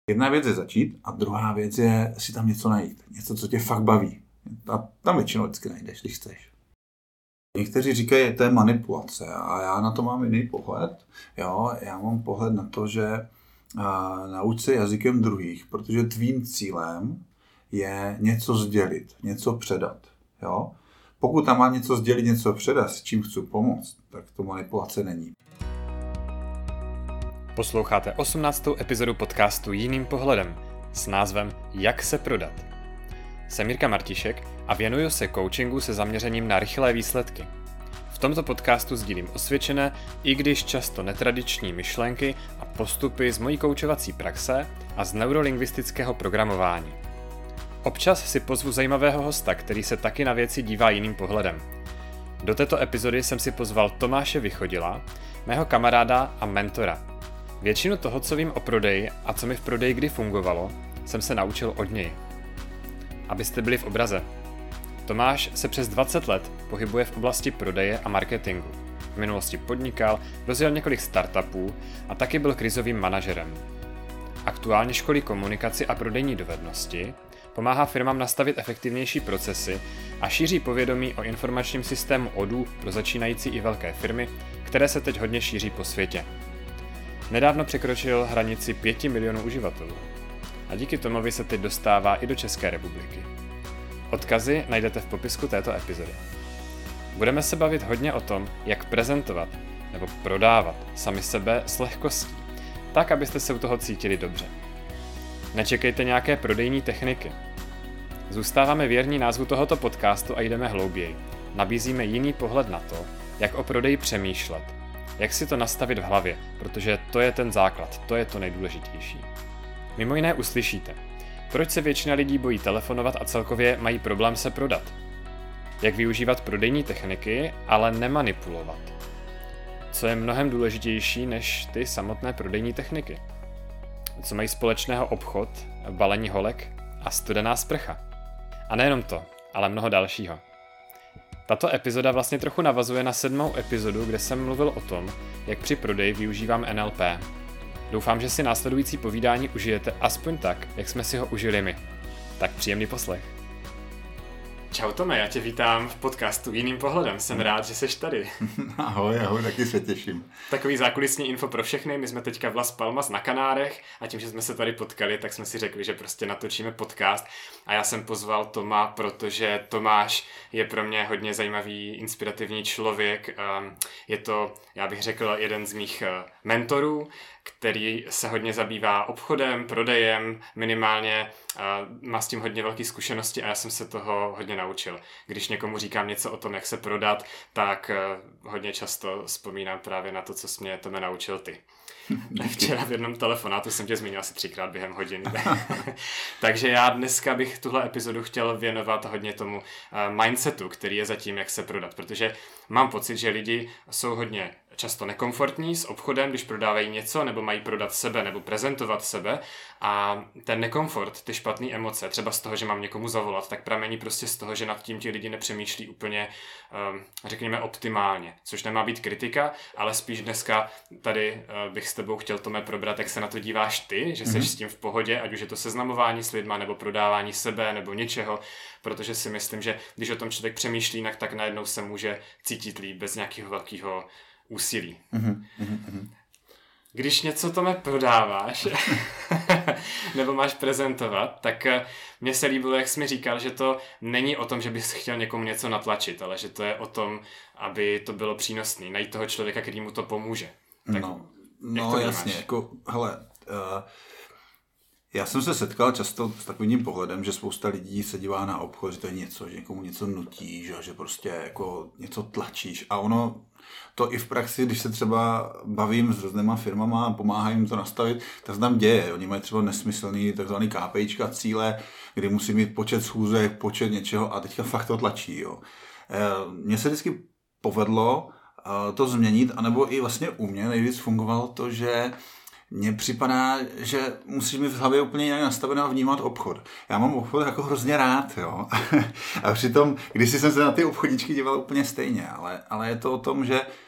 Jedna věc je začít a druhá věc je si tam něco najít. Něco, co tě fakt baví. A tam většinou vždycky najdeš, když chceš. Někteří říkají, že to je manipulace a já na to mám jiný pohled. Jo, já mám pohled na to, že nauč se jazykem druhých, protože tvým cílem je něco sdělit, něco předat. Jo? Pokud tam má něco sdělit, něco předat, s čím chci pomoct, tak to manipulace není. Posloucháte 18. epizodu podcastu Jiným pohledem s názvem Jak se prodat. Jsem Jirka Martišek a věnuju se coachingu se zaměřením na rychlé výsledky. V tomto podcastu sdílím osvědčené, i když často netradiční myšlenky a postupy z mojí koučovací praxe a z neurolingvistického programování. Občas si pozvu zajímavého hosta, který se taky na věci dívá jiným pohledem. Do této epizody jsem si pozval Tomáše Vychodila, mého kamaráda a mentora. Většinu toho, co vím o prodeji a co mi v prodeji kdy fungovalo, jsem se naučil od něj. Abyste byli v obraze. Tomáš se přes 20 let pohybuje v oblasti prodeje a marketingu. V minulosti podnikal, rozjel několik startupů a taky byl krizovým manažerem. Aktuálně školí komunikaci a prodejní dovednosti, pomáhá firmám nastavit efektivnější procesy a šíří povědomí o informačním systému ODU pro začínající i velké firmy, které se teď hodně šíří po světě. Nedávno překročil hranici 5 milionů uživatelů a díky Tomovi se teď dostává i do České republiky. Odkazy najdete v popisku této epizody. Budeme se bavit hodně o tom, jak prezentovat nebo prodávat sami sebe s lehkostí, tak, abyste se u toho cítili dobře. Nečekejte nějaké prodejní techniky. Zůstáváme věrní názvu tohoto podcastu a jdeme hlouběji. Nabízíme jiný pohled na to, jak o prodeji přemýšlet, jak si to nastavit v hlavě, protože to je ten základ, to je to nejdůležitější. Mimo jiné uslyšíte, proč se většina lidí bojí telefonovat a celkově mají problém se prodat. Jak využívat prodejní techniky, ale nemanipulovat. Co je mnohem důležitější než ty samotné prodejní techniky. Co mají společného obchod, balení holek a studená sprcha. A nejenom to, ale mnoho dalšího. Tato epizoda vlastně trochu navazuje na 7. epizodu, kde jsem mluvil o tom, jak při prodeji využívám NLP. Doufám, že si následující povídání užijete aspoň tak, jak jsme si ho užili my. Tak příjemný poslech. Čau Tome, já tě vítám v podcastu Jiným pohledem. Jsem rád, že seš tady. Ahoj, taky se těším. Takový zákulisní info pro všechny. My jsme teďka v Las Palmas na Kanárech a tím, že jsme se tady potkali, tak jsme si řekli, že prostě natočíme podcast. A já jsem pozval Toma, protože Tomáš je pro mě hodně zajímavý, inspirativní člověk. Je to, já bych řekl, jeden z mých mentorů, který se hodně zabývá obchodem, prodejem, minimálně má s tím hodně velké zkušenosti a já jsem se toho hodně naučil. Když někomu říkám něco o tom, jak se prodat, tak hodně často vzpomínám právě na to, co jsi mě Tome naučil ty. Včera v jednom telefonátu jsem tě zmínil asi 3krát během hodiny. Takže já dneska bych tuhle epizodu chtěl věnovat hodně tomu mindsetu, který je zatím, jak se prodat, protože mám pocit, že lidi jsou hodně často nekomfortní s obchodem, když prodávají něco, nebo mají prodat sebe, nebo prezentovat sebe a ten nekomfort, ty špatné emoce, třeba z toho, že mám někomu zavolat, tak pramení prostě z toho, že nad tím ti lidi nepřemýšlí úplně, řekněme, optimálně, což nemá být kritika, ale spíš dneska tady bych s tebou chtěl, Tome, probrat, jak se na to díváš ty, že seš s tím v pohodě, ať už je to seznamování s lidma, nebo prodávání sebe, nebo něčeho, protože si myslím, že když o tom člověk přemýšlí jinak, tak najednou se může cítit líp bez nějakého velkého úsilí. Když něco, Tome, prodáváš nebo máš prezentovat, tak mně se líbilo, jak jsi mi říkal, že to není o tom, že bys chtěl někomu něco natlačit, ale že to je o tom, aby to bylo přínosné, najít toho člověka, který mu to pomůže. Tak no jasně, jako, hele, já jsem se setkal často s takovým pohledem, že spousta lidí se dívá na obchod, že to je něco, že někomu něco nutíš a že prostě jako něco tlačíš a ono to i v praxi, když se třeba bavím s různýma firmama a pomáhají jim to nastavit, tak se tam děje. Oni mají třeba nesmyslný takzvaný KPIčka, cíle, kdy musí mít počet schůzek, počet něčeho a teďka fakt to tlačí. Jo. Mně se vždycky povedlo to změnit, anebo i vlastně u mě nejvíc fungovalo to, že mně připadá, že musíš mít v hlavě úplně jinak nastavený a vnímat obchod. Já mám obchod jako hrozně rád, jo. A přitom, když jsem se na ty obchodníčky díval úplně stejně, ale je to o tom, že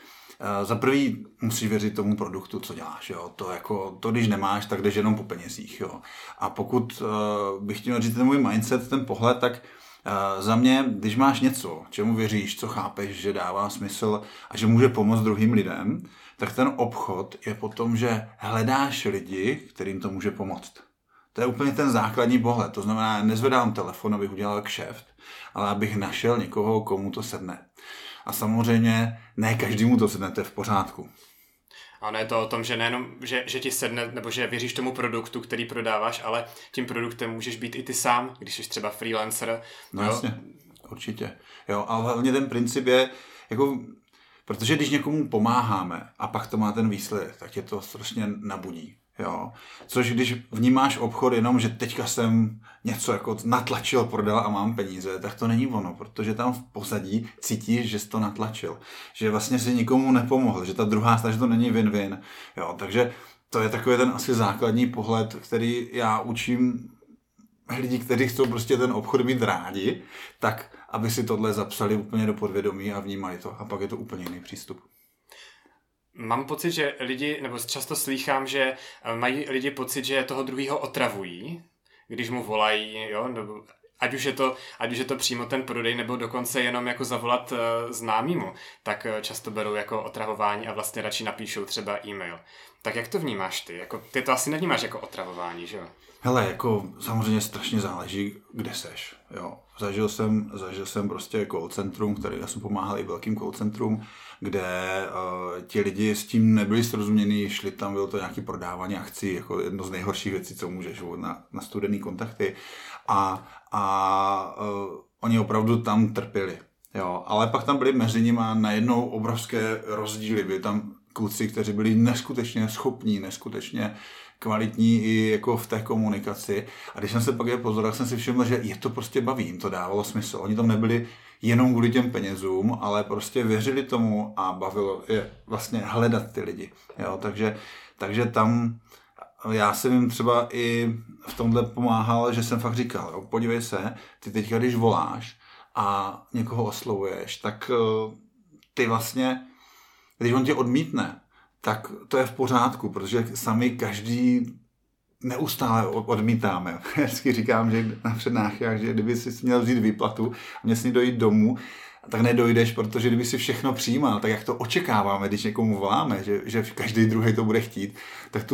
za prvý musíš věřit tomu produktu, co děláš. Jo? To, když nemáš, tak jdeš jenom po penězích. Jo? A pokud bych chtěl říct ten můj mindset, ten pohled, tak za mě, když máš něco, čemu věříš, co chápeš, že dává smysl a že může pomoct druhým lidem, tak ten obchod je potom, že hledáš lidi, kterým to může pomoct. To je úplně ten základní pohled. To znamená, nezvedám telefon, abych udělal kšeft, ale abych našel někoho, komu to sedne. A samozřejmě ne každému to sedne, to je v pořádku. A ono je to o tom, že nejenom, že ti sedne, nebo že věříš tomu produktu, který prodáváš, ale tím produktem můžeš být i ty sám, když jsi třeba freelancer. No jasně, určitě. Jo, ale hlavně ten princip je, jako, protože když někomu pomáháme a pak to má ten výsledek, tak tě to strašně nabudí. Jo. Což když vnímáš obchod jenom, že teďka jsem něco jako natlačil, prodal a mám peníze, tak to není ono, protože tam v pozadí cítíš, že jsi to natlačil. Že vlastně si nikomu nepomohl, že ta druhá strana, že to není win-win. Jo. Takže to je takový ten asi základní pohled, který já učím lidi, kteří chcou prostě ten obchod mít rádi, tak aby si tohle zapsali úplně do podvědomí a vnímali to. A pak je to úplně jiný přístup. Mám pocit, že lidi, nebo často slýchám, že mají lidi pocit, že toho druhýho otravují, když mu volají, jo, nebo ať už je to přímo ten prodej, nebo dokonce jenom jako zavolat známýmu, tak často berou jako otravování a vlastně radši napíšou třeba e-mail. Tak jak to vnímáš ty? Jako, ty to asi nevnímáš jako otravování, že jo? Hele, jako samozřejmě strašně záleží, kde seš, jo. Zažil jsem prostě call centrum, který já jsem pomáhal i velkým call centrum, kde ti lidi s tím nebyli srozumění, šli tam, bylo to nějaké prodávání akcí, jako jedno z nejhorších věcí, co můžeš, na studený kontakty a oni opravdu tam trpěli, jo. Ale pak tam byli mezi nimi najednou obrovské rozdíly, byli tam kluci, kteří byli neskutečně schopní, neskutečně kvalitní i jako v té komunikaci. A když jsem se pak je pozoroval, jsem si všiml, že je to prostě baví, jim to dávalo smysl. Oni tam nebyli jenom kvůli těm penězům, ale prostě věřili tomu a bavilo je vlastně hledat ty lidi. Jo, takže tam já jsem jim třeba i v tomhle pomáhal, že jsem fakt říkal, jo, podívej se, ty teďka, když voláš a někoho oslovuješ, tak ty vlastně, když on tě odmítne, tak to je v pořádku, protože sami každý neustále odmítáme. Vždycky říkám, že na přednáškách, že kdyby si měl vzít výplatu a měl si dojít domů, tak nedojdeš, protože kdyby si všechno přijímal, tak jak to očekáváme, když někomu voláme, že každý druhý to bude chtít, tak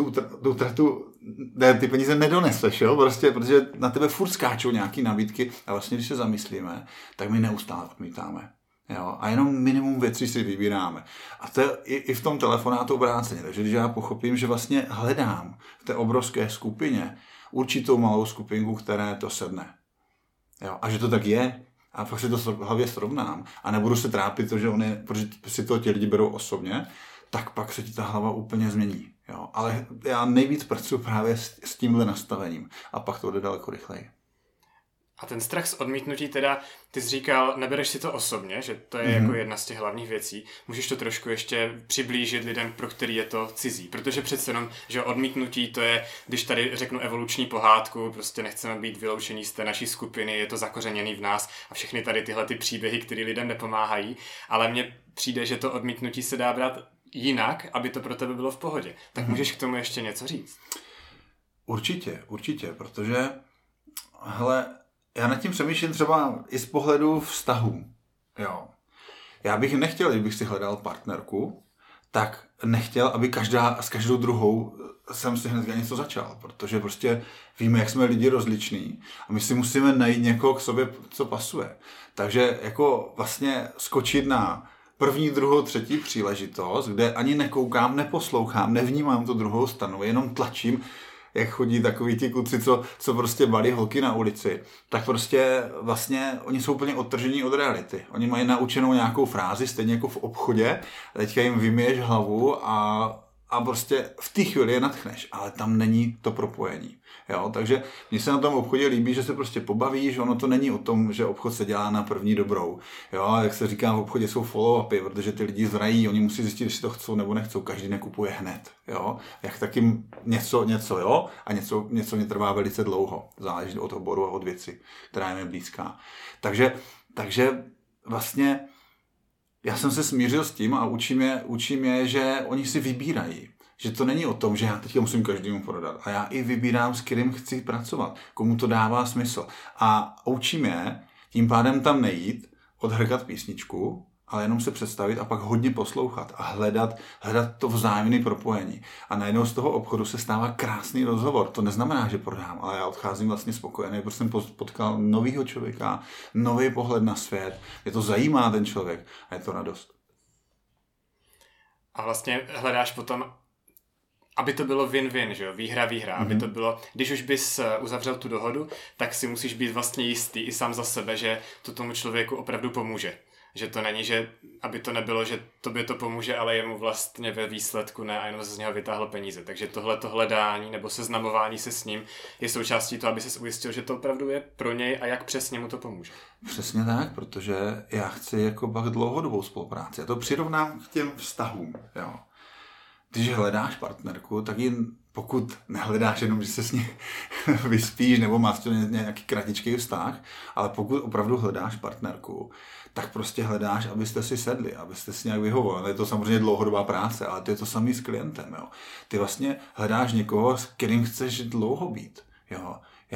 ty peníze nedoneseš, jo? Prostě, protože na tebe furt skáčou nějaký nabídky a vlastně, když se zamyslíme, tak my neustále odmítáme. Jo, a jenom minimum věcí si vybíráme. A to je i v tom telefonátu obráceně. Takže když já pochopím, že vlastně hledám v té obrovské skupině určitou malou skupinku, které to sedne. Jo, a že to tak je, a pak si to v hlavě srovnám a nebudu se trápit, protože si to ti lidi berou osobně, tak pak se ti ta hlava úplně změní. Jo. Ale já nejvíc pracuji právě s tímhle nastavením a pak to jde daleko rychleji. A ten strach z odmítnutí teda, ty jsi říkal, nebereš si to osobně, že to je jako jedna z těch hlavních věcí. Můžeš to trošku ještě přiblížit lidem, pro který je to cizí. Protože přece jenom, že odmítnutí to je, když tady řeknu evoluční pohádku, prostě nechceme být vyloučení z té naší skupiny, je to zakořeněný v nás a všechny tady tyhle ty příběhy, které lidem nepomáhají. Ale mně přijde, že to odmítnutí se dá brát jinak, aby to pro tebe bylo v pohodě. Tak můžeš k tomu ještě něco říct? Určitě, protože hele, já nad tím přemýšlím třeba i z pohledu vztahů. Jo. Já bych nechtěl, kdybych si hledal partnerku, tak nechtěl, aby s každou druhou jsem si hnedka něco začal, protože prostě víme, jak jsme lidi rozliční a my si musíme najít někoho k sobě, co pasuje. Takže jako vlastně skočit na první, druhou, třetí příležitost, kde ani nekoukám, neposlouchám, nevnímám tu druhou stranu, jenom tlačím, jak chodí takový ti kluci, co prostě balí holky na ulici, tak prostě vlastně oni jsou úplně odtržení od reality. Oni mají naučenou nějakou frázi, stejně jako v obchodě, teďka jim vymiješ hlavu a prostě v té chvíli je nadchneš, ale tam není to propojení. Jo? Takže mně se na tom obchodě líbí, že se prostě pobavíš, ono to není o tom, že obchod se dělá na první dobrou. Jo? Jak se říká, v obchodě jsou follow-upy, protože ty lidi zrají, oni musí zjistit, jestli to chcou nebo nechcou, každý nekupuje hned. Jo? Jak taky něco jo, a něco mě trvá velice dlouho, záleží od oboru a od věci, která je mi blízká. Takže vlastně já jsem se smířil s tím a učím je, že oni si vybírají. Že to není o tom, že já teďka musím každému prodat. A já i vybírám, s kterým chci pracovat. Komu to dává smysl. A učím je tím pádem tam nejít, odhrkat písničku, ale jenom se představit a pak hodně poslouchat a hledat to vzájemné propojení. A najednou z toho obchodu se stává krásný rozhovor. To neznamená, že prodám, ale já odcházím vlastně spokojený, protože jsem potkal novýho člověka, nový pohled na svět. Je to zajímá ten člověk a je to radost. A vlastně hledáš potom, aby to bylo win-win, že jo? Výhra, aby to bylo, když už bys uzavřel tu dohodu, tak si musíš být vlastně jistý i sám za sebe, že to tomu člověku opravdu pomůže. Že to není, že aby to nebylo, že tobě to pomůže, ale jemu vlastně ve výsledku ne a jenom z něho vytáhl peníze. Takže tohleto hledání nebo seznamování se s ním je součástí toho, aby se ujistil, že to opravdu je pro něj a jak přesně mu to pomůže. Přesně tak, protože já chci jako pak dlouhodobou spolupráci. Já to přirovnám k těm vztahům. Jo. Když hledáš partnerku, tak jen pokud nehledáš jenom, že se s ní vyspíš nebo máš nějaký kratičký vztah, ale pokud opravdu hledáš partnerku, tak prostě hledáš, abyste si sedli, abyste si nějak vyhovovali. Je to samozřejmě dlouhodobá práce, ale to je to samý s klientem. Jo. Ty vlastně hledáš někoho, s kterým chceš dlouho být. Jo.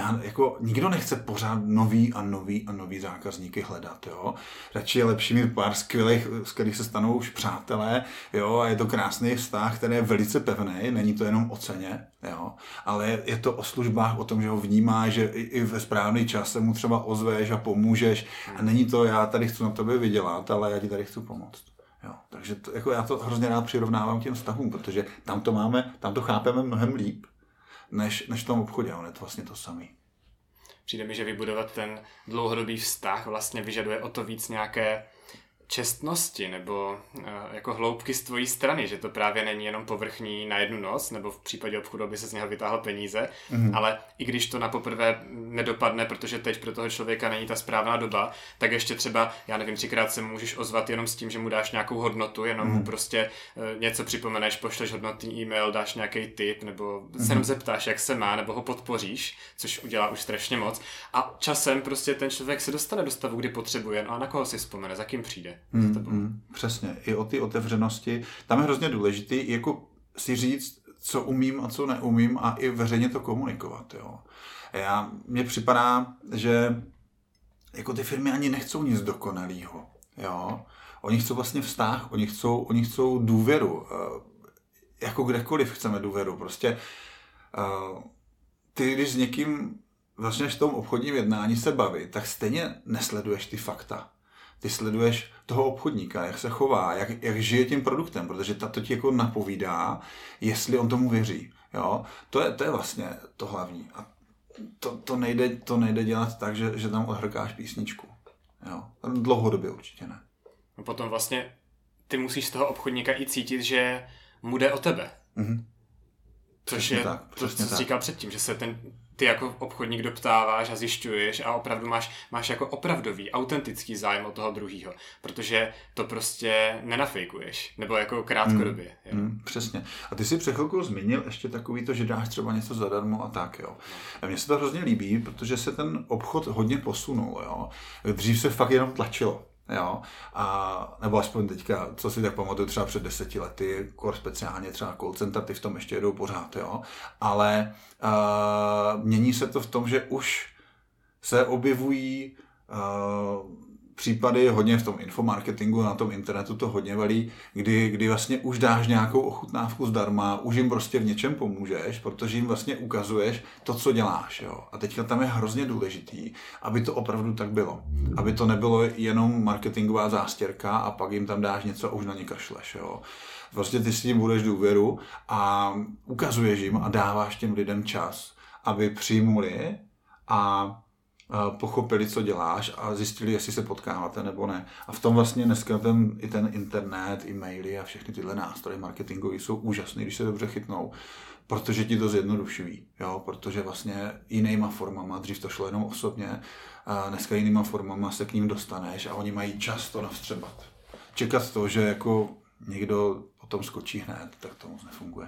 Nikdo nechce pořád nový a nový zákazníky hledat, jo. Radši je lepší mít pár skvělých, z kterých se stanou už přátelé, jo, a je to krásný vztah, který je velice pevný, není to jenom o ceně, jo, ale je to o službách, o tom, že ho vnímáš, že i ve správný čas se mu třeba ozveš a pomůžeš a není to, já tady chci na tobě vydělat, ale já ti tady chci pomoct. Jo, takže já to hrozně rád přirovnávám těm vztahům, protože tam to chápeme mnohem líp, než v tom obchodě, ale je to vlastně to samé. Přijde mi, že vybudovat ten dlouhodobý vztah vlastně vyžaduje o to víc nějaké čestnosti nebo jako hloubky z tvojí strany, že to právě není jenom povrchní na jednu noc, nebo v případě obchodu, aby se z něho vytáhl peníze, ale i když to na poprvé nedopadne, protože teď pro toho člověka není ta správná doba, tak ještě třeba, já nevím, 3krát se můžeš ozvat jenom s tím, že mu dáš nějakou hodnotu, jenom mu prostě něco připomeneš, pošleš hodnotný e-mail, dáš nějaký tip, nebo se jenom zeptáš, jak se má, nebo ho podpoříš, což udělá už strašně moc. A časem prostě ten člověk se dostane do stavu, kdy potřebuje, no a na koho si vzpomene, za kým přijde. Přesně, i o ty otevřenosti. Tam je hrozně důležitý jako si říct, co umím a co neumím a i veřejně to komunikovat. Jo. Mně připadá, že jako ty firmy ani nechcou nic dokonalýho. Jo. Oni chcou vlastně vztah, oni chcou důvěru. Jako kdekoliv chceme důvěru. Prostě ty, když s někým začneš v tom obchodním jednání se bavit, tak stejně nesleduješ ty fakta. Ty sleduješ toho obchodníka, jak se chová, jak žije tím produktem, protože to ti jako napovídá, jestli on tomu věří. Jo? To je vlastně to hlavní. A to nejde dělat tak, že tam odhrkáš písničku. Jo? Dlouhodobě určitě ne. No potom vlastně ty musíš z toho obchodníka i cítit, že mu jde o tebe. Což je to, co jsi říkal předtím, že se ty jako obchodník doptáváš a zjišťuješ a opravdu máš jako opravdový, autentický zájem od toho druhýho, protože to prostě nenafejkuješ, nebo jako krátkodobě. Přesně. A ty si před chvilkou zmínil ještě takový to, že dáš třeba něco zadarmo a tak, jo. A mně se to hrozně líbí, protože se ten obchod hodně posunul, jo. Dřív se fakt jenom tlačilo. Jo, nebo aspoň teďka, co si tak pamatuju, třeba před 10 lety, speciálně třeba call center, ty v tom ještě jedou pořád, jo, ale mění se to v tom, že už se objevují případy hodně v tom infomarketingu, na tom internetu to hodně valí, kdy vlastně už dáš nějakou ochutnávku zdarma, už jim prostě v něčem pomůžeš, protože jim vlastně ukazuješ to, co děláš. Jo. A teďka tam je hrozně důležitý, aby to opravdu tak bylo. Aby to nebylo jenom marketingová zástěrka a pak jim tam dáš něco a už na ně kašleš. Jo. Vlastně ty si jim budeš důvěru a ukazuješ jim a dáváš těm lidem čas, aby přijmuli a pochopili, co děláš a zjistili, jestli se potkáváte nebo ne. A v tom vlastně dneska i ten internet, e-maily a všechny tyhle nástroje marketingové jsou úžasné, když se dobře chytnou, protože ti to zjednodušují. Jo? Protože vlastně jinýma formama, dřív to šlo jenom osobně, a dneska jinýma formama se k ním dostaneš a oni mají čas to navstřebat. Čekat to, že jako někdo potom skočí hned, tak to moc nefunguje.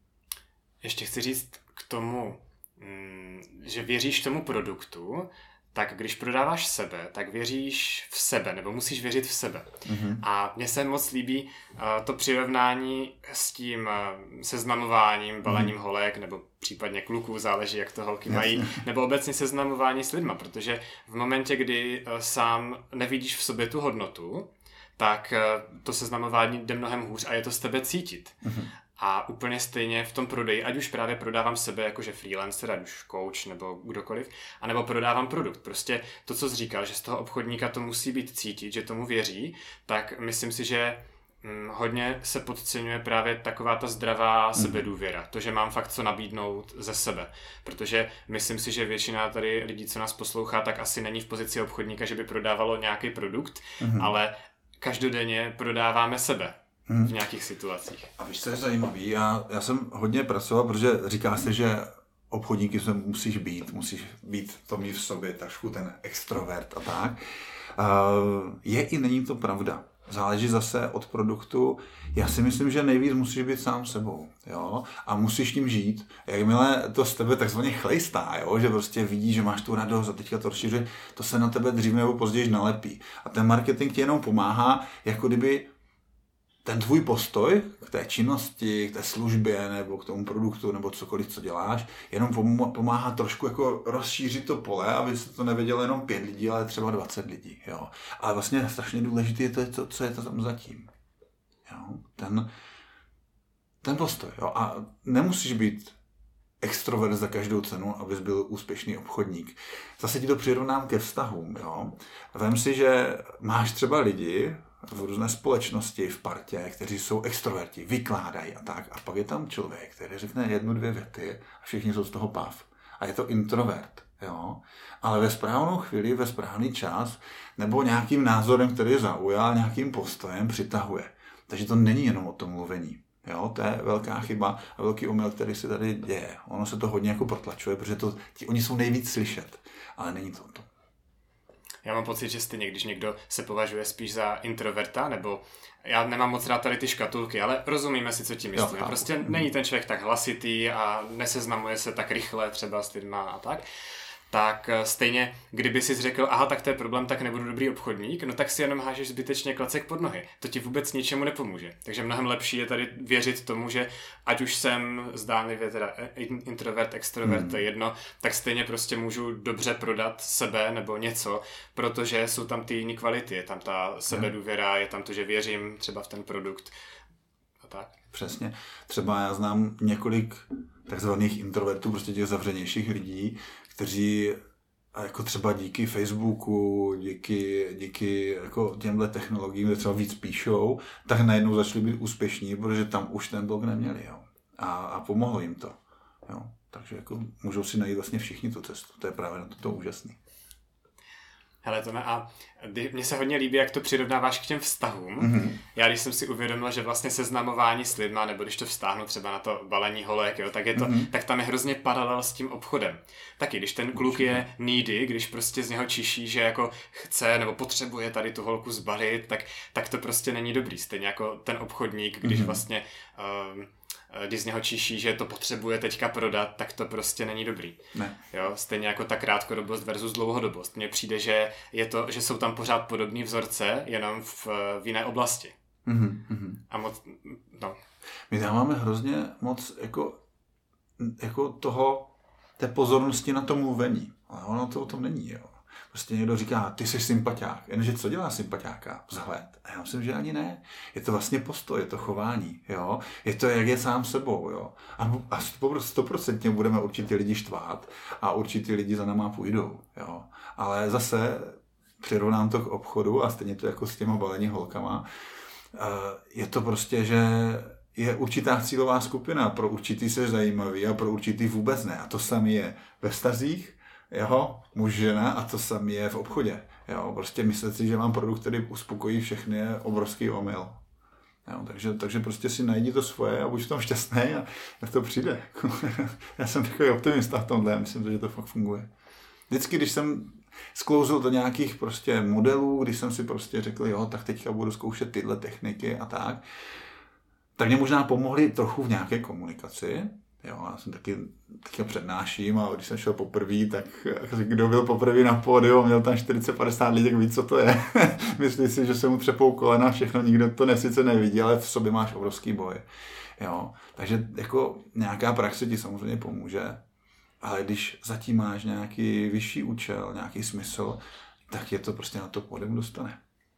Ještě chci říct k tomu, že věříš tomu produktu, tak když prodáváš sebe, tak věříš v sebe, nebo musíš věřit v sebe. A mně se moc líbí to přirovnání s tím seznamováním, balením holek, nebo případně kluků, záleží, jak to holky mají, nebo obecně seznamování s lidma, protože v momentě, kdy sám nevidíš v sobě tu hodnotu, tak to seznamování jde mnohem hůř a je to z tebe cítit. A úplně stejně v tom prodeji, ať už právě prodávám sebe jakože freelancer, ať už coach nebo kdokoliv, anebo prodávám produkt. Prostě to, co jsi říkal, že z toho obchodníka to musí být cítit, že tomu věří, tak myslím si, že hodně se podceňuje právě taková ta zdravá sebedůvěra. To, že mám fakt co nabídnout ze sebe. Protože myslím si, že většina tady lidí, co nás poslouchá, tak asi není v pozici obchodníka, že by prodávalo nějaký produkt, ale každodenně prodáváme sebe v nějakých situacích. A víš, co je zajímavý? Já jsem hodně pracoval, protože říká se, že obchodníky musíš být to mít v sobě trošku ten extrovert a tak. Je i není to pravda. Záleží zase od produktu. Já si myslím, že nejvíc musíš být sám sebou, jo? A musíš tím žít. Jakmile to z tebe takzvaně chlejstá, jo? Že prostě vidíš, že máš tu radost a teďka to rozšiřuje, to se na tebe dřív nebo později nalepí. A ten marketing ti jenom pomáhá, jako kdyby ten tvůj postoj k té činnosti, k té službě nebo k tomu produktu nebo cokoliv, co děláš, jenom pomáhá trošku jako rozšířit to pole, aby se to nevědělo jenom 5 lidí, ale třeba 20 lidí. Jo. Ale vlastně strašně důležité je to, co je to tam zatím. Jo. Ten postoj. Jo. A nemusíš být extrovert za každou cenu, abys byl úspěšný obchodník. Zase ti to přirovnám ke vztahům. Jo. Vem si, že máš třeba lidi v různé společnosti, v partě, kteří jsou extroverti, vykládají a tak. A pak je tam člověk, který řekne 1-2 věty a všichni jsou z toho páv. A je to introvert. Jo? Ale ve správnou chvíli, ve správný čas, nebo nějakým názorem, který zaujal, nějakým postojem přitahuje. Takže to není jenom o tom mluvení. Jo? To je velká chyba a velký omyl, který se tady děje. Ono se to hodně jako protlačuje, protože oni jsou nejvíc slyšet, ale není to o tom. Já mám pocit, že stejně, když někdo se považuje spíš za introverta, nebo já nemám moc rád tady ty škatulky, ale rozumíme si, co tím myslím. Prostě není ten člověk tak hlasitý a neseznamuje se tak rychle třeba s lidma a tak stejně, kdyby si řekl, aha, tak to je problém, tak nebudu dobrý obchodník, no tak si jenom hážeš zbytečně klacek pod nohy. To ti vůbec ničemu nepomůže. Takže mnohem lepší je tady věřit tomu, že ať už jsem zdánlivě teda introvert, extrovert, to je jedno, tak stejně prostě můžu dobře prodat sebe nebo něco, protože jsou tam ty jiné kvality, je tam ta sebedůvěra, je tam to, že věřím třeba v ten produkt a tak. Přesně. Třeba já znám několik takzvaných introvertů, prostě těch zavřenějších lidí, kteří jako třeba díky Facebooku, díky jako těmhle technologiím, kde třeba víc píšou, tak najednou začali být úspěšní, protože tam už ten blog neměli. Jo. A pomohlo jim to. Jo. Takže jako můžou si najít vlastně všichni tu cestu. To je právě na to úžasný. Hele Tome, a mně se hodně líbí, jak to přirovnáváš k těm vztahům. Já když jsem si uvědomil, že vlastně seznamování s lidma, nebo když to vztáhnu třeba na to balení holek, jo, tak, tak tam je hrozně paralel s tím obchodem. Taky, když ten kluk je needy, když prostě z něho čiší, že jako chce nebo potřebuje tady tu holku zbalit, tak to prostě není dobrý. Stejně jako ten obchodník, když vlastně když z něho čiší, že to potřebuje teďka prodat, tak to prostě není dobrý. Ne. Jo, stejně jako ta krátkodobost versus dlouhodobost. Mně přijde, že že jsou tam pořád podobné vzorce, jenom v jiné oblasti. A moc, no. My tam máme hrozně moc jako té pozornosti na to mluvení. Ale ono to o tom není, jo. Prostě někdo říká, ty jsi sympatiák. Jenže co dělá sympatiáka? Vzhled. A já myslím, že ani ne. Je to vlastně postoj, je to chování. Jo? Je to, jak je sám sebou. Jo? A 100% budeme určitě lidi štvát a určitě lidi za náma půjdou. Jo? Ale zase přirovnám to k obchodu a stejně to jako s těma balení holkama. Je to prostě, že je určitá cílová skupina. Pro určitý se zajímavý a pro určitý vůbec ne. A to samé je ve vztazích, jo, muž, žena, a to samé je v obchodě. Jo, prostě myslet si, že mám produkt, který uspokojí všechny, je obrovský omyl. Jo, takže prostě si najdi to svoje a buď v tom šťastný a jak to přijde. Já jsem takový optimista v tomhle, myslím, že to fakt funguje. Vždycky, když jsem sklouzl do nějakých prostě modelů, když jsem si prostě řekl, jo, tak teďka budu zkoušet tyhle techniky a tak mě možná pomohly trochu v nějaké komunikaci, Jo, já jsem taky přednáším a když jsem šel poprvé, tak kdo byl poprvé na pódiu a měl tam 40-50 lidí, tak ví, co to je. Myslí si, že se mu třepou kolena, všechno, nikdo to sice nevidí, ale v sobě máš obrovský boj. Jo, takže jako nějaká praxe ti samozřejmě pomůže, ale když zatím máš nějaký vyšší účel, nějaký smysl, tak je to prostě na to pódium dostane.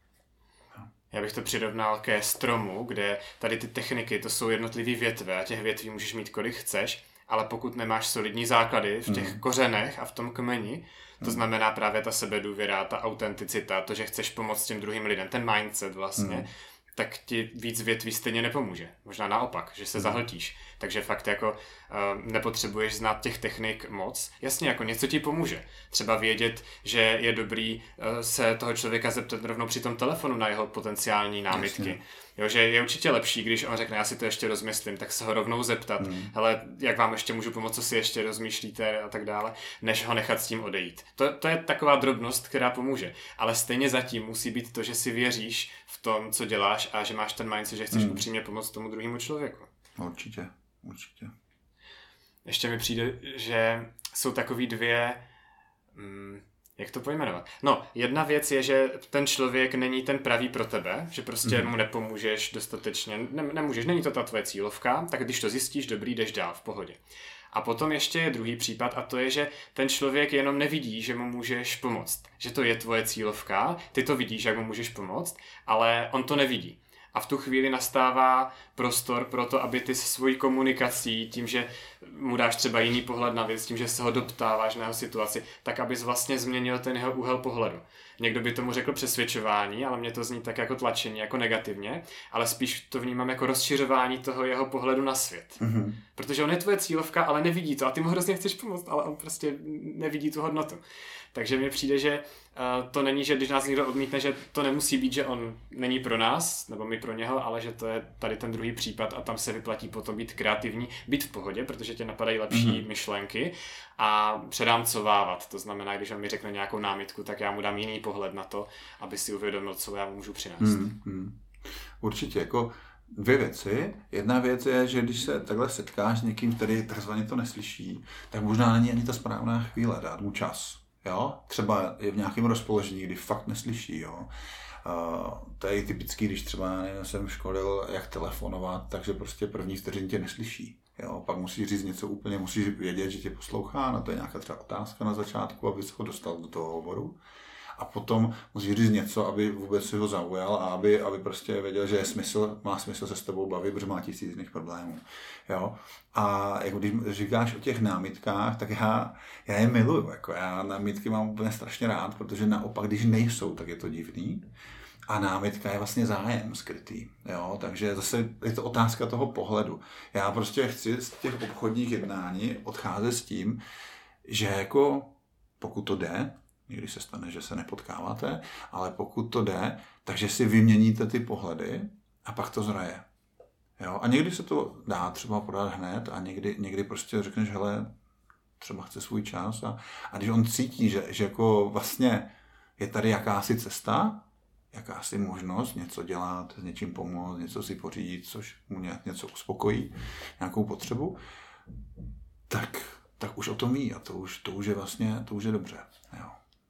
Já bych to přirovnal ke stromu, kde tady ty techniky, to jsou jednotlivý větve a těch větví můžeš mít kolik chceš, ale pokud nemáš solidní základy v těch kořenech a v tom kmeni, to znamená právě ta sebedůvěra, ta autenticita, to, že chceš pomoct těm druhým lidem, ten mindset vlastně, tak ti víc větví stejně nepomůže. Možná naopak, že se zahltíš. Takže fakt jako nepotřebuješ znát těch technik moc. Jasně, jako něco ti pomůže. Třeba vědět, že je dobrý se toho člověka zeptat rovnou při tom telefonu na jeho potenciální námitky. Jo, že je určitě lepší, když on řekne, já si to ještě rozmyslím, tak se ho rovnou zeptat, hele, jak vám ještě můžu pomoct, co si ještě rozmýšlíte a tak dále, než ho nechat s tím odejít. To je taková drobnost, která pomůže. Ale stejně zatím musí být to, že si věříš v tom, co děláš a že máš ten mindset, že chceš upřímně pomoct tomu druhému člověku. Určitě. Ještě mi přijde, že jsou takový dvě... jak to pojmenovat? No, jedna věc je, že ten člověk není ten pravý pro tebe, že prostě mu nepomůžeš dostatečně, nemůžeš, není to ta tvoje cílovka, tak když to zjistíš, dobrý, jdeš dál, v pohodě. A potom ještě je druhý případ a to je, že ten člověk jenom nevidí, že mu můžeš pomoct. Že to je tvoje cílovka, ty to vidíš, jak mu můžeš pomoct, ale on to nevidí. A v tu chvíli nastává prostor pro to, aby ty se svojí komunikací, tím, že mu dáš třeba jiný pohled na věc, tím, že se ho doptáváš na jeho situaci, tak abys vlastně změnil ten jeho úhel pohledu. Někdo by tomu řekl přesvědčování, ale mně to zní tak jako tlačení, jako negativně, ale spíš to vnímám jako rozšiřování toho jeho pohledu na svět. Protože on je tvoje cílovka, ale nevidí to a ty mu hrozně chceš pomoct, ale on prostě nevidí tu hodnotu. Takže mně přijde, že to není, že když nás někdo odmítne, že to nemusí být, že on není pro nás, nebo my pro něho, ale že to je tady ten druhý případ a tam se vyplatí potom být kreativní, být v pohodě, protože tě napadají lepší myšlenky a předámcovávat. To znamená, když on mi řekne nějakou námitku, tak já mu dám jiný pohled na to, aby si uvědomil, co já mu můžu přinést. Určitě, jako dvě věci. Jedna věc je, že když se takhle setkáš s někým, který takzvaně to neslyší, tak možná není ani ta správná chvíle dát mu čas. Jo? Třeba je v nějakém rozpoložení, kdy fakt neslyší. Jo? To je typický, když třeba jsem školil, jak telefonovat, takže prostě první vteřin tě neslyší. Jo? Pak musíš říct něco úplně, musíš vědět, že tě poslouchá, no to je nějaká třeba otázka na začátku, aby se ho dostal do toho hovoru. A potom musíš říct něco, aby vůbec si ho zaujal a aby prostě věděl, že má smysl se s tebou bavit, protože má 1000 jiných problémů. Jo? A jako když říkáš o těch námitkách, tak já je miluju. Jako já námitky mám úplně strašně rád, protože naopak, když nejsou, tak je to divný. A námitka je vlastně zájem skrytý. Jo? Takže zase je to otázka toho pohledu. Já prostě chci z těch obchodních jednání odcházet s tím, že jako pokud to jde, někdy se stane, že se nepotkáváte, ale pokud to jde, takže si vyměníte ty pohledy a pak to zraje. Jo? A někdy se to dá třeba podat hned a někdy prostě řekneš, hele, třeba chce svůj čas a když on cítí, že jako vlastně je tady jakási cesta, jakási možnost něco dělat, s něčím pomoct, něco si pořídit, což mu něco uspokojí, nějakou potřebu, tak už o tom ví a to už je vlastně, to už je dobře. Jo.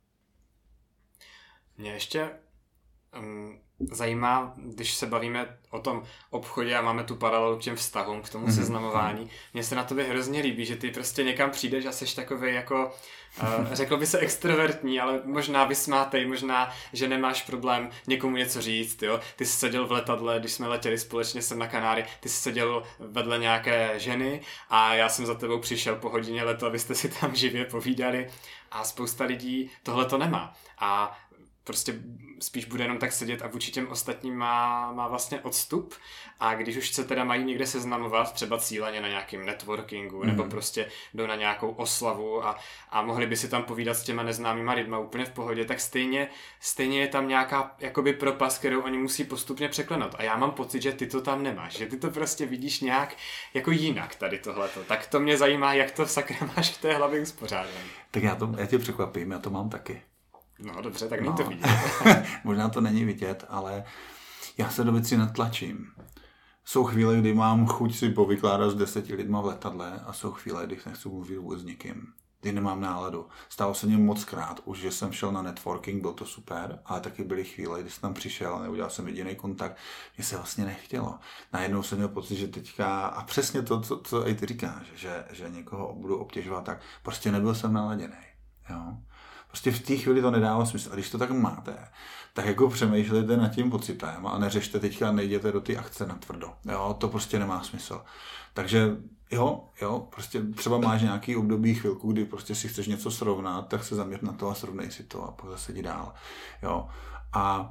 Mě ještě zajímá, když se bavíme o tom obchodě a máme tu paralelu k těm vztahům, k tomu seznamování. Mně se na tobě hrozně líbí, že ty prostě někam přijdeš a seš takovej jako, řekl by se extrovertní, ale možná vysmátej, možná, že nemáš problém někomu něco říct, jo. Ty jsi seděl v letadle, když jsme letěli společně sem na Kanáry, ty jsi seděl vedle nějaké ženy a já jsem za tebou přišel po hodině letu, abyste si tam živě povídali a spousta lidí tohle to nemá. A prostě spíš bude jenom tak sedět a vůči těm ostatním má vlastně odstup a když už se teda mají někde seznamovat, třeba cíleně na nějakým networkingu nebo prostě jdou na nějakou oslavu a mohli by si tam povídat s těma neznámýma lidma úplně v pohodě, tak stejně je tam nějaká jakoby propast, kterou oni musí postupně překlenout a já mám pocit, že ty to tam nemáš, že ty to prostě vidíš nějak jako jinak tady tohleto. Tak to mě zajímá, jak to sakra máš v té hlavě uspořádané. Tak já tě překvapím, já to mám taky. No dobře, tak není to vidět. Možná to není vidět, ale já se do věcí natlačím. jsou chvíle, kdy mám chuť si povykládat s 10 lidma v letadle a jsou chvíle, kdy nechci mluvit vůbec s nikým. Kdy nemám náladu. Stalo se mě moc krát, už že jsem šel na networking, byl to super, ale taky byly chvíle, kdy jsem tam přišel, neudělal jsem jediný kontakt, mě se vlastně nechtělo. Najednou jsem měl pocit, že teďka, a přesně to, co i ty říkáš, že někoho budu obtěžovat, tak prostě nebyl jsem naladěný. Jo? Prostě v té chvíli to nedává smysl. A když to tak máte, tak jako přemýšlejte nad tím pocitem a neřešte teďka, nejděte do ty akce natvrdo. Jo, to prostě nemá smysl. Takže jo, prostě třeba máš nějaký období, chvilku, kdy prostě si chceš něco srovnat, tak se zaměř na to a srovnej si to a pak zase jdi dál. Jo. A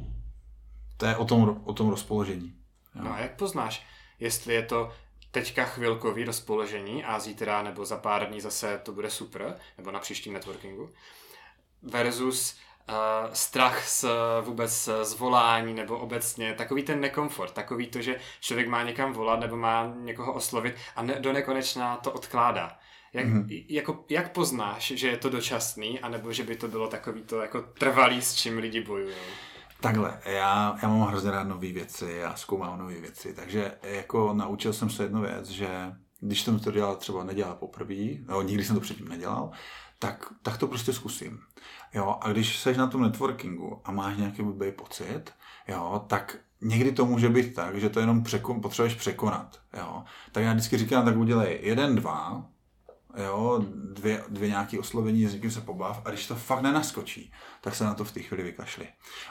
to je o tom rozpoložení. Jo. No a jak poznáš, jestli je to teďka chvilkový rozpoložení a zítra nebo za pár dní zase to bude super, nebo na příštím networkingu, versus strach vůbec z volání nebo obecně takový ten nekomfort, takový to, že člověk má někam volat nebo má někoho oslovit a do nekonečna to odkládá. Jak poznáš, že je to dočasný, anebo že by to bylo takový to jako trvalý, s čím lidi bojují? Takhle, já mám hrozně rád nové věci a zkoumám nové věci, takže jako naučil jsem se jednu věc, že když jsem to nedělal poprvé, nebo nikdy jsem to předtím nedělal, tak to prostě zkusím. Jo, a když seš na tom networkingu a máš nějaký blbý pocit, jo, tak někdy to může být tak, že to jenom potřebuješ překonat. Jo. Tak já vždycky říkám, tak udělej 1, 2, jo, dvě nějaké oslovení, s někým se pobav a když to fakt nenaskočí, tak se na to v té chvíli vykašli.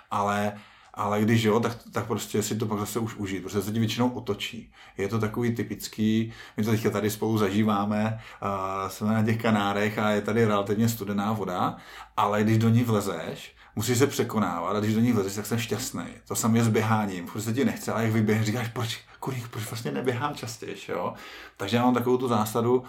Ale když jo, tak prostě si to pak zase už užít, protože se ti většinou otočí. Je to takový typický, my to teďka tady spolu zažíváme, jsme na těch Kanárech a je tady relativně studená voda, ale když do ní vlezeš, musíš se překonávat a když do ní vlezeš, tak jsem šťastný. To samé je s běháním, protože se ti nechce, ale jak vyběhneš, říkáš, proč vlastně neběhám častěji, jo? Takže já mám takovou tu zásadu,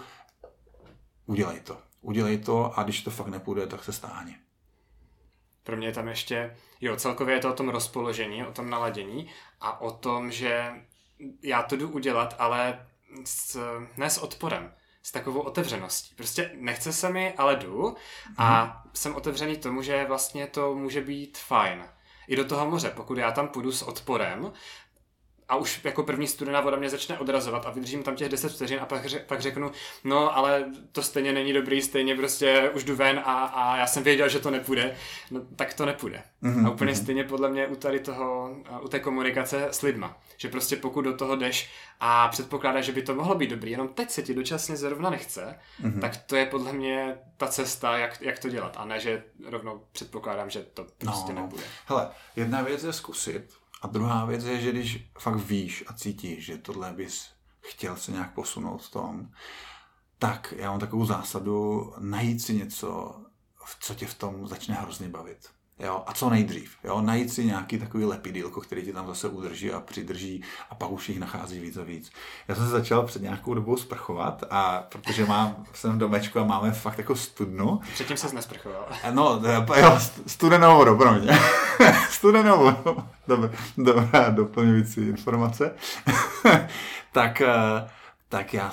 udělej to a když to fakt nepůjde, tak se stáhni. Pro mě je tam ještě, celkově je to o tom rozpoložení, o tom naladění a o tom, že já to jdu udělat, ale ne s odporem, s takovou otevřeností. Prostě nechce se mi, ale jdu a jsem otevřený tomu, že vlastně to může být fajn. I do toho moře, pokud já tam půjdu s odporem, a už jako první studená voda mě začne odrazovat a vydržím tam těch 10 vteřin a pak řeknu, no ale to stejně není dobrý, stejně prostě už jdu ven a já jsem věděl, že to nepůjde, no tak to nepůjde. A úplně stejně podle mě u té komunikace s lidma, že prostě pokud do toho jdeš a předpokládáš, že by to mohlo být dobrý, jenom teď se ti dočasně zrovna nechce, tak to je podle mě ta cesta, jak to dělat a ne, že rovnou předpokládám, že to prostě nepůjde. Hele, jedna věc je zkusit, a druhá věc je, že když fakt víš a cítíš, že tohle bys chtěl se nějak posunout v tom, tak já mám takovou zásadu najít si něco, co tě v tom začne hrozně bavit. Jo? A co nejdřív. Jo? Najít si nějaký takový lepidýlko, který tě tam zase udrží a přidrží a pak už jich nachází víc a víc. Já jsem se začal před nějakou dobou sprchovat a protože jsem v domečku a máme fakt jako studnu. Předtím ses nesprchoval. No, jo, studenou vodu, pro mě. Studenou vodu. Dobrá doplňující informace. tak já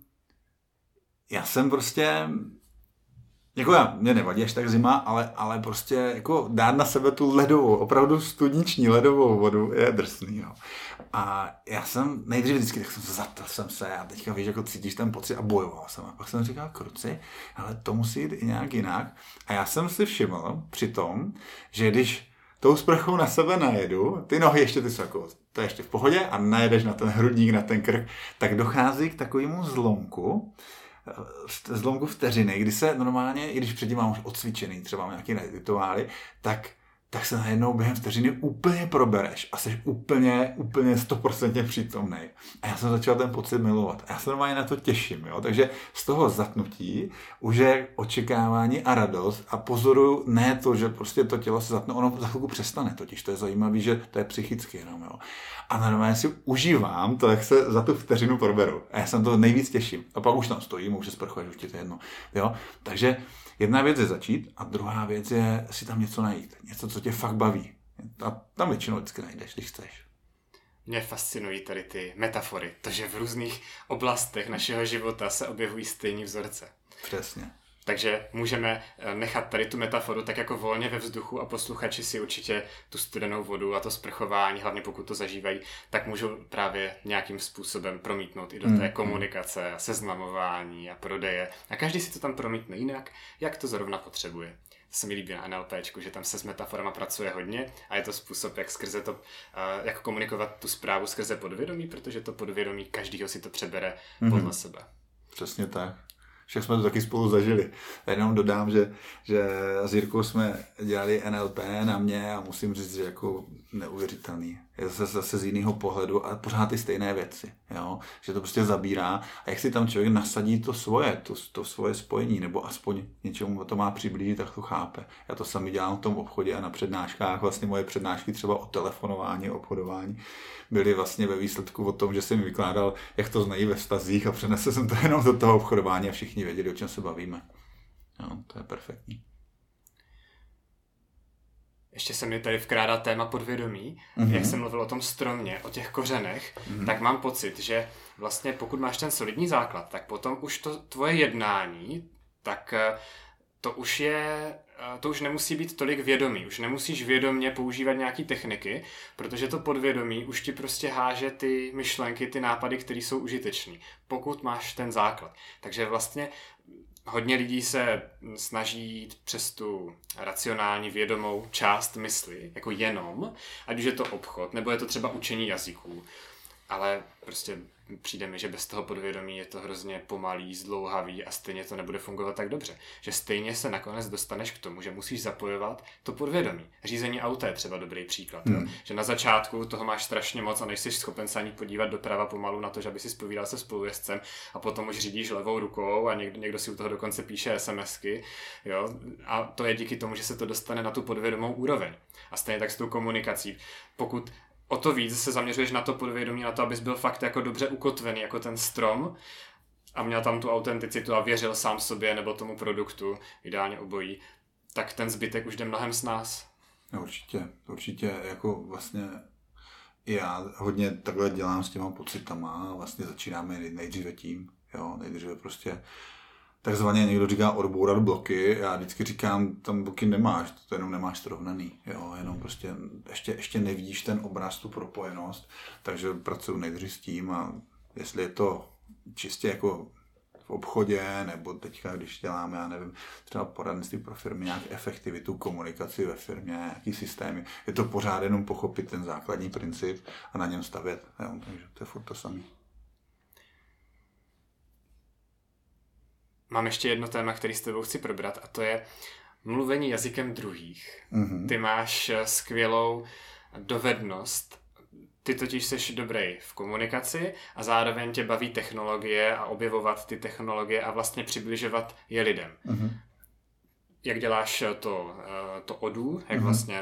jsem prostě jako mě nevadí až tak zima, ale prostě jako dát na sebe tu ledovou, opravdu studniční ledovou vodu je drsný. Jo. A já jsem nejdřív vždycky, tak jsem zatl jsem se a teďka víš, jako cítíš ten pocit a bojoval jsem. A pak jsem říkal, kruci, ale to musí jít i nějak jinak. A já jsem si všiml při tom, že když tou sprchou na sebe najedu, ty nohy ještě ty jsou jako, to je ještě v pohodě a najedeš na ten hrudník, na ten krk, tak dochází k takovému zlomku vteřiny, kdy se normálně, i když předtím mám už odcvičený, třeba mám nějaký rituály, tak se najednou během vteřiny úplně probereš a jsi úplně 100% přítomnej. A já jsem začal ten pocit milovat. A já se normálně na to těším. Jo? Takže z toho zatnutí už je očekávání a radost a pozoruju ne to, že prostě to tělo se zatne, ono za chvilku přestane totiž. To je zajímavé, že to je psychicky jenom. Jo? A normálně si užívám to, jak se za tu vteřinu proberu. A já jsem to nejvíc těším. A pak už tam stojím, už se sprchuješ, už ti to je jedno. Jo? Takže jedna věc je začít a druhá věc je si tam něco najít. Něco, co tě fakt baví. A tam většinou vždycky najdeš, když chceš. Mě fascinují tady ty metafory. To, že v různých oblastech našeho života se objevují stejné vzorce. Přesně. Takže můžeme nechat tady tu metaforu tak jako volně ve vzduchu a posluchači si určitě tu studenou vodu a to sprchování, hlavně pokud to zažívají, tak můžou právě nějakým způsobem promítnout i do té komunikace a seznamování a prodeje. A každý si to tam promítne jinak, jak to zrovna potřebuje. To se mi líbí na NLPčku, že tam se s metaforama pracuje hodně a je to způsob, jak skrze to, jak komunikovat tu zprávu skrze podvědomí, protože to podvědomí každýho si to přebere podle sebe. Přesně tak. Však jsme to taky spolu zažili. Já jenom dodám, že s Jirkou jsme dělali NLP na mě a musím říct, že jako neuvěřitelný. Je zase z jiného pohledu a pořád ty stejné věci. Jo? Že to prostě zabírá a jak si tam člověk nasadí to svoje spojení nebo aspoň něčemu to má přiblížit, tak to chápe. Já to sami dělám v tom obchodě a na přednáškách. Vlastně moje přednášky třeba o telefonování, obchodování byly vlastně ve výsledku o tom, že jsem vykládal, jak to znají ve vztazích a přenesl jsem to jenom do toho obchodování a všichni věděli, o čem se bavíme. Jo, to je perfektní. Ještě se mi tady vkrádá téma podvědomí. Jak jsem mluvil o tom stromě, o těch kořenech, tak mám pocit, že vlastně pokud máš ten solidní základ, tak potom už to tvoje jednání, tak to už nemusí být tolik vědomí. Už nemusíš vědomě používat nějaký techniky, protože to podvědomí už ti prostě háže ty myšlenky, ty nápady, které jsou užitečné, pokud máš ten základ. Takže vlastně hodně lidí se snaží jít přes tu racionální vědomou část mysli, jako jenom, ať už je to obchod, nebo je to třeba učení jazyků. Ale prostě přijde mi, že bez toho podvědomí je to hrozně pomalý, zdlouhavý a stejně to nebude fungovat tak dobře. Že stejně se nakonec dostaneš k tomu, že musíš zapojovat to podvědomí. Řízení auta je třeba dobrý příklad. Že na začátku toho máš strašně moc a nejsi schopen se ani podívat doprava pomalu na to, že aby si zpovídal se spolujezdcem a potom už řídíš levou rukou a někdo si u toho dokonce píše SMSky. Jo? A to je díky tomu, že se to dostane na tu podvědomou úroveň. A stejně tak s tou komunikací. Pokud o to víc se zaměřuješ na to podvědomí, na to, abys byl fakt jako dobře ukotvený, jako ten strom a měl tam tu autenticitu a věřil sám sobě nebo tomu produktu, ideálně obojí, tak ten zbytek už jde mnohem s nás. No, určitě, jako vlastně já hodně takhle dělám s těma pocitama a vlastně začínáme nejdříve tím, jo, nejdříve prostě takzvaně někdo říká odbourat bloky, já vždycky říkám, tam bloky nemáš, to jenom nemáš srovnaný, jo, jenom prostě ještě nevidíš ten obraz, tu propojenost, takže pracuji nejdřív s tím a jestli je to čistě jako v obchodě, nebo teďka, když děláme, já nevím, třeba poradenství pro firmy, nějak efektivitu, komunikaci ve firmě, nějaký systémy, je to pořád jenom pochopit ten základní princip a na něm stavět, jo, takže to je furt to samé. Mám ještě jedno téma, který s tebou chci probrat a to je mluvení jazykem druhých. Ty máš skvělou dovednost, ty totiž jsi dobrý v komunikaci a zároveň tě baví technologie a objevovat ty technologie a vlastně přibližovat je lidem. Jak děláš to ODU, jak vlastně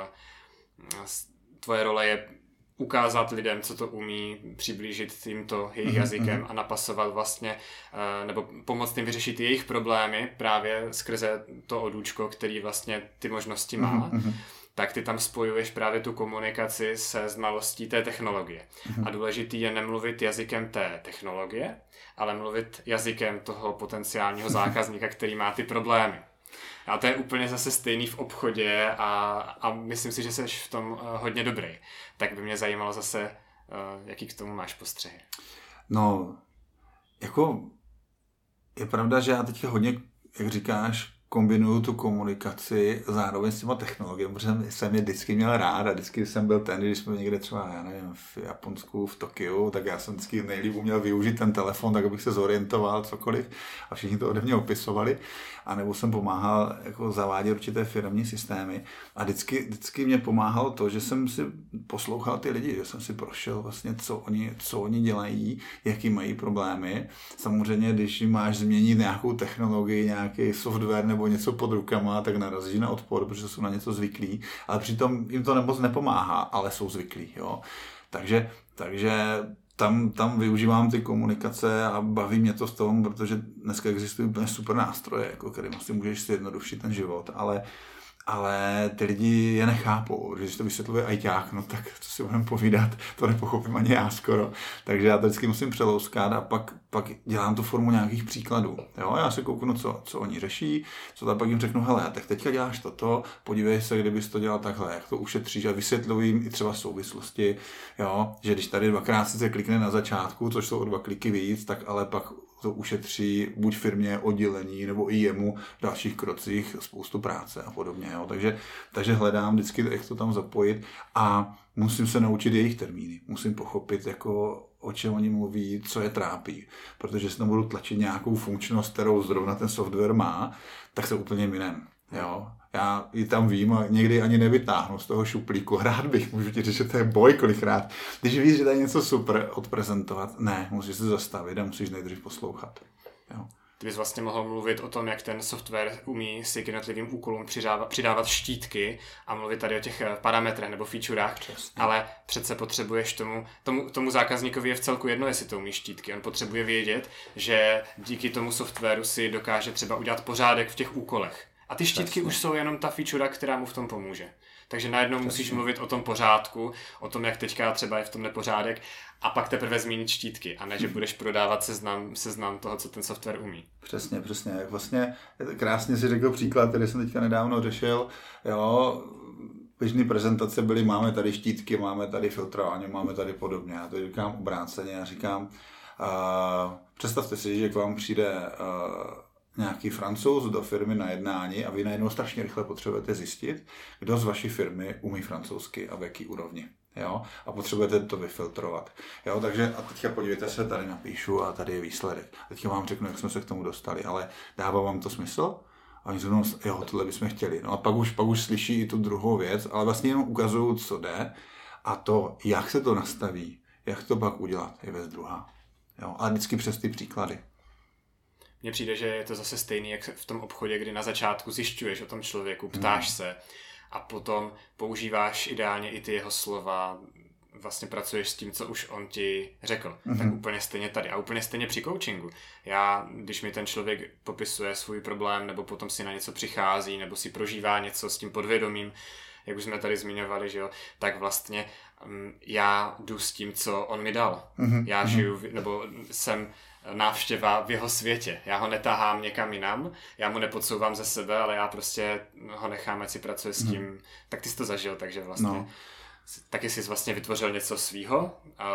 tvoje role je ukázat lidem, co to umí, přiblížit jim to jejich jazykem a napasovat vlastně, nebo pomoct jim vyřešit jejich problémy právě skrze to odůčko, který vlastně ty možnosti má, tak ty tam spojuješ právě tu komunikaci se znalostí té technologie. A důležitý je nemluvit jazykem té technologie, ale mluvit jazykem toho potenciálního zákazníka, který má ty problémy. A to je úplně zase stejný v obchodě a myslím si, že jsi v tom hodně dobrý. Tak by mě zajímalo zase, jaký k tomu máš postřehy. No, jako je pravda, že já teďka hodně, jak říkáš, kombinuju tu komunikaci zároveň s těma technologiemi, protože jsem je vždycky měl rád a vždycky jsem byl ten, když jsme někde třeba, já nevím, v Japonsku, v Tokiu, tak já jsem vždycky nejlíp uměl využít ten telefon, tak abych se zorientoval, cokoliv a všichni to ode mě opisovali, a nebo jsem pomáhal jako zavádět určité firmní systémy a vždycky mě pomáhalo to, že jsem si poslouchal ty lidi, že jsem si prošel vlastně, co oni dělají, jaký mají problémy. Samozřejmě, když máš změnit nějakou technologii, nějaký software nebo něco pod rukama, tak narazí na odpor, protože jsou na něco zvyklí, ale přitom jim to moc nepomáhá, ale jsou zvyklí, jo. Takže tam využívám ty komunikace a baví mě to v tom, protože dneska existují úplně super nástroje, jako kterým si můžeš zjednodušit ten život, ale ty lidi je nechápou, že když to vysvětluje ajťák, no tak co si budeme povídat, to nepochopím ani já skoro. Takže já to vždycky musím přelouskat a pak dělám tu formu nějakých příkladů. Jo? Já se kouknu, co oni řeší, co tam pak jim řeknu, hele, tak teďka děláš toto, podívej se, kdybys to dělal takhle, jak to ušetříš a vysvětluji jim i třeba souvislosti, jo? Že když tady dvakrát se klikne na začátku, což jsou o 2 kliky víc, tak ale pak to ušetří buď firmě, oddělení, nebo i jemu v dalších krocích spoustu práce a podobně. Jo. Takže hledám vždycky, jak to tam zapojit a musím se naučit jejich termíny. Musím pochopit, jako, o čem oni mluví, co je trápí. Protože si tam budu tlačit nějakou funkčnost, kterou zrovna ten software má, tak se úplně minem. Jo. Já ji tam vím a někdy ani nevytáhnu z toho šuplíku. Rád bych, můžu ti říct, že to je boj kolikrát. Když víš, že tady něco super odprezentovat, ne, musíš se zastavit a musíš nejdřív poslouchat. Jo. Ty bys vlastně mohl mluvit o tom, jak ten software umí si k jednotlivým úkolům přidávat štítky a mluvit tady o těch parametrech nebo featurách, ale přece potřebuješ tomu zákazníkovi je v celku jedno, jestli to umí štítky. On potřebuje vědět, že díky tomu softwaru si dokáže třeba udělat pořádek v těch úkolech. A ty štítky už jsou jenom ta feature, která mu v tom pomůže. Takže najednou musíš mluvit o tom pořádku, o tom, jak teďka třeba je v tom nepořádek a pak teprve zmínit štítky a ne, že budeš prodávat seznam toho, co ten software umí. Přesně. Jak vlastně krásně si řekl příklad, který jsem teďka nedávno řešil. Jo, běžné prezentace byly, máme tady štítky, máme tady filtrování, máme tady podobně. Já to říkám obráceně a říkám, představte si, že k vám přijde nějaký Francouz do firmy na jednání a vy najednou strašně rychle potřebujete zjistit, kdo z vaší firmy umí francouzsky a v jaký úrovni. Jo? A potřebujete to vyfiltrovat. Jo? Takže a teďka podívejte se, tady napíšu a tady je výsledek. Teďka vám řeknu, jak jsme se k tomu dostali, ale dává vám to smysl? A oni řeknou, jo, tohle bychom chtěli. No a pak už slyší i tu druhou věc, ale vlastně jenom ukazují, co jde a to, jak se to nastaví, jak to pak udělat, je věc druhá. Jo? A vždycky přes ty příklady. Mně přijde, že je to zase stejný, jak v tom obchodě, kdy na začátku zjišťuješ o tom člověku, ptáš se a potom používáš ideálně i ty jeho slova, vlastně pracuješ s tím, co už on ti řekl. Tak úplně stejně tady a úplně stejně při coachingu. Když mi ten člověk popisuje svůj problém, nebo potom si na něco přichází, nebo si prožívá něco s tím podvědomím, jak už jsme tady zmiňovali, že jo, tak vlastně já jdu s tím, co on mi dal. Já žiju, nebo jsem návštěva v jeho světě. Já ho netahám někam jinam, já mu nepodsouvám ze sebe, ale já prostě ho nechám, ať si pracuje s tím. Tak ty jsi to zažil, takže vlastně taky jsi vlastně vytvořil něco svýho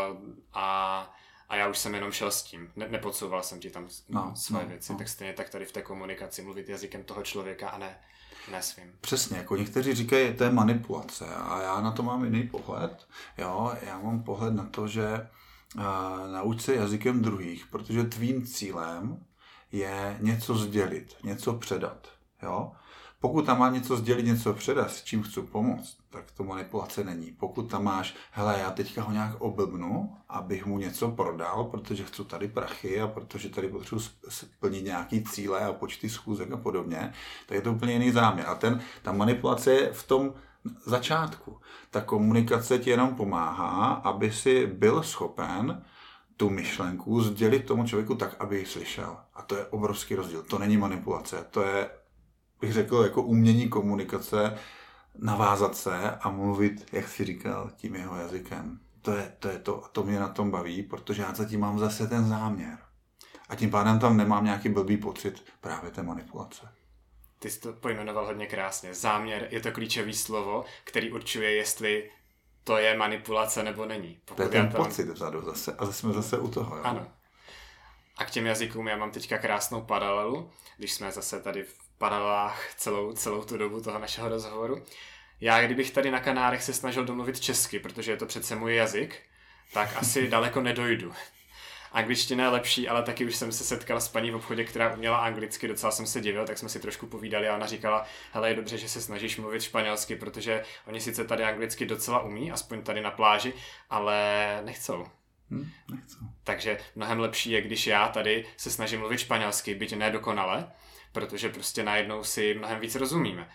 a já už jsem jenom šel s tím. Nepodsouval jsem ti tam svoje věci. Tak stejně tak tady v té komunikaci mluvit jazykem toho člověka a ne svým. Přesně, jako někteří říkají, to je manipulace a já na to mám jiný pohled. Jo, já mám pohled na to, že nauč se jazykem druhých, protože tvým cílem je něco sdělit, něco předat. Jo? Pokud tam má něco sdělit, něco předat, s čím chci pomoct, tak to manipulace není. Pokud tam máš, hele, já teďka ho nějak oblbnu, abych mu něco prodal, protože chci tady prachy a protože tady potřebuji splnit nějaký cíle a počty schůzek a podobně, tak je to úplně jiný záměr. A ta manipulace je v tom začátku. Ta komunikace ti jenom pomáhá, aby si byl schopen tu myšlenku sdělit tomu člověku tak, aby ji slyšel. A to je obrovský rozdíl. To není manipulace. To je, bych řekl, jako umění komunikace, navázat se a mluvit, jak jsi říkal, tím jeho jazykem. To je to. A to mě na tom baví, protože já zatím mám zase ten záměr. A tím pádem tam nemám nějaký blbý pocit právě té manipulace. Ty jsi to pojmenoval hodně krásně. Záměr je to klíčové slovo, který určuje, jestli to je manipulace nebo není. To je ten pocit vzadu zase. A jsme zase u toho. Jo? Ano. A k těm jazykům já mám teďka krásnou paralelu, když jsme zase tady v paralelách celou tu dobu toho našeho rozhovoru. Já, kdybych tady na Kanárech se snažil domluvit česky, protože je to přece můj jazyk, tak asi daleko nedojdu. Angličtina je lepší, ale taky už jsem se setkal s paní v obchodě, která uměla anglicky, docela jsem se divil, tak jsme si trošku povídali a ona říkala, hele, je dobře, že se snažíš mluvit španělsky, protože oni sice tady anglicky docela umí, aspoň tady na pláži, ale nechcou. Nechcou. Takže mnohem lepší je, když já tady se snažím mluvit španělsky, byť nedokonale, protože prostě najednou si mnohem víc rozumíme.